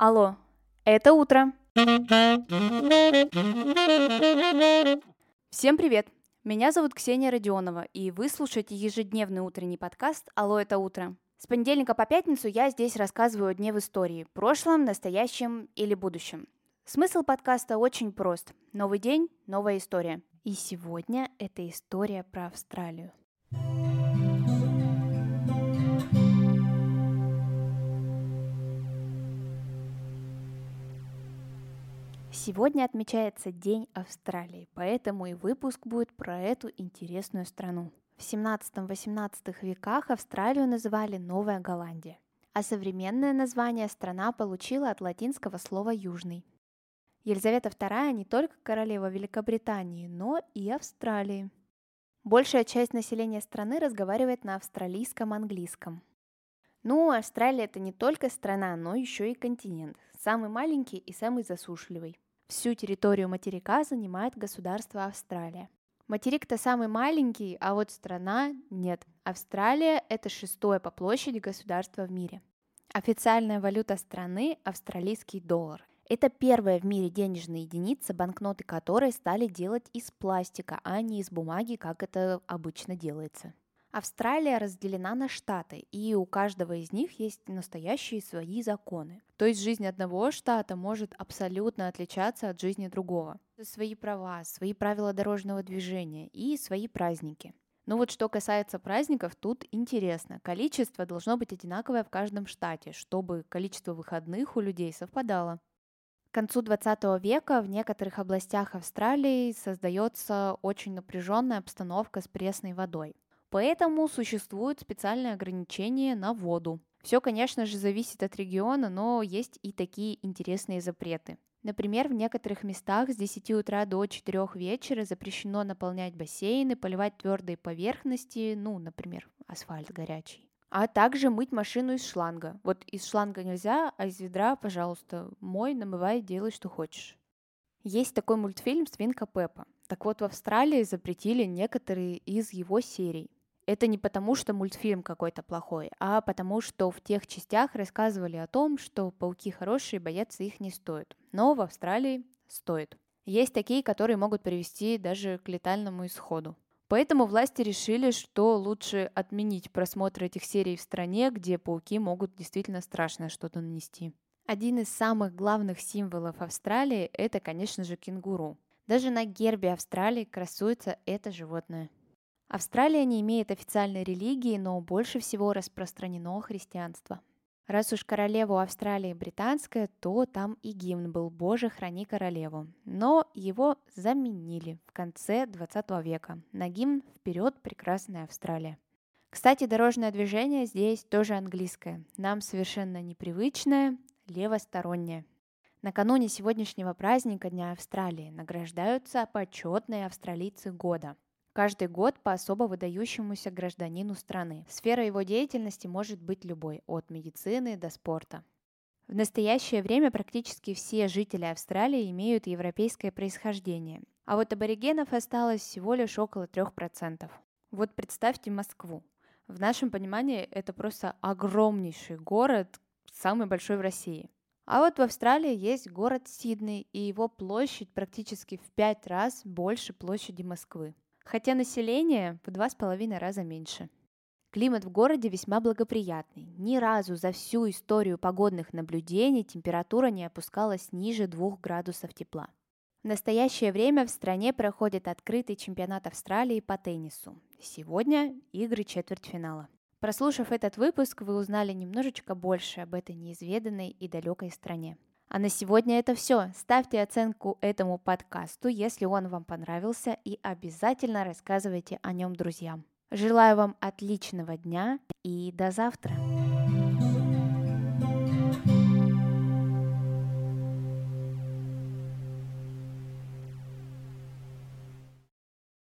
Алло, это утро. Всем привет! Меня зовут Ксения Родионова, и вы слушаете ежедневный утренний подкаст «Алло, это утро». С понедельника по пятницу я здесь рассказываю о дне в истории, прошлом, настоящем или будущем. Смысл подкаста очень прост. Новый день, новая история. И сегодня это история про Австралию. Сегодня отмечается День Австралии, поэтому и выпуск будет про эту интересную страну. В 17-18 веках Австралию называли Новая Голландия, а современное название страна получила от латинского слова «южный». Елизавета II не только королева Великобритании, но и Австралии. Большая часть населения страны разговаривает на австралийском английском. Австралия – это не только страна, но еще и континент. Самый маленький и самый засушливый. Всю территорию материка занимает государство Австралия. Материк-то самый маленький, а вот страна – нет. Австралия – это 6-е по площади государство в мире. Официальная валюта страны – австралийский доллар. Это первая в мире денежная единица, банкноты которой стали делать из пластика, а не из бумаги, как это обычно делается. Австралия разделена на штаты, и у каждого из них есть настоящие свои законы. То есть жизнь одного штата может абсолютно отличаться от жизни другого. Свои права, свои правила дорожного движения и свои праздники. Что касается праздников, тут интересно. Количество должно быть одинаковое в каждом штате, чтобы количество выходных у людей совпадало. К концу 20 века в некоторых областях Австралии создается очень напряженная обстановка с пресной водой. Поэтому существуют специальные ограничения на воду. Все, конечно же, зависит от региона, но есть и такие интересные запреты. Например, в некоторых местах с 10 утра до 4 вечера запрещено наполнять бассейны, поливать твердые поверхности, например, асфальт горячий. А также мыть машину из шланга. Вот из шланга нельзя, а из ведра, пожалуйста, мой, намывай, делай, что хочешь. Есть такой мультфильм «Свинка Пеппа». Так вот, в Австралии запретили некоторые из его серий. Это не потому, что мультфильм какой-то плохой, а потому, что в тех частях рассказывали о том, что пауки хорошие, бояться их не стоит. Но в Австралии стоит. Есть такие, которые могут привести даже к летальному исходу. Поэтому власти решили, что лучше отменить просмотр этих серий в стране, где пауки могут действительно страшное что-то нанести. Один из самых главных символов Австралии – это, конечно же, кенгуру. Даже на гербе Австралии красуется это животное. Австралия не имеет официальной религии, но больше всего распространено христианство. Раз уж королева Австралии британская, то там и гимн был «Боже, храни королеву». Но его заменили в конце 20 века на гимн «Вперед, прекрасная Австралия». Кстати, дорожное движение здесь тоже английское, нам совершенно непривычное, левостороннее. Накануне сегодняшнего праздника Дня Австралии награждаются почетные австралийцы года. Каждый год по особо выдающемуся гражданину страны. Сфера его деятельности может быть любой, от медицины до спорта. В настоящее время практически все жители Австралии имеют европейское происхождение, а вот аборигенов осталось всего лишь около 3%. Вот представьте Москву. В нашем понимании это просто огромнейший город, самый большой в России. А вот в Австралии есть город Сидней, и его площадь практически в 5 раз больше площади Москвы. Хотя население в 2,5 раза меньше. Климат в городе весьма благоприятный. Ни разу за всю историю погодных наблюдений температура не опускалась ниже 2 градусов тепла. В настоящее время в стране проходит открытый чемпионат Австралии по теннису. Сегодня игры четвертьфинала. Прослушав этот выпуск, вы узнали немножечко больше об этой неизведанной и далекой стране. А на сегодня это все. Ставьте оценку этому подкасту, если он вам понравился, и обязательно рассказывайте о нем друзьям. Желаю вам отличного дня и до завтра!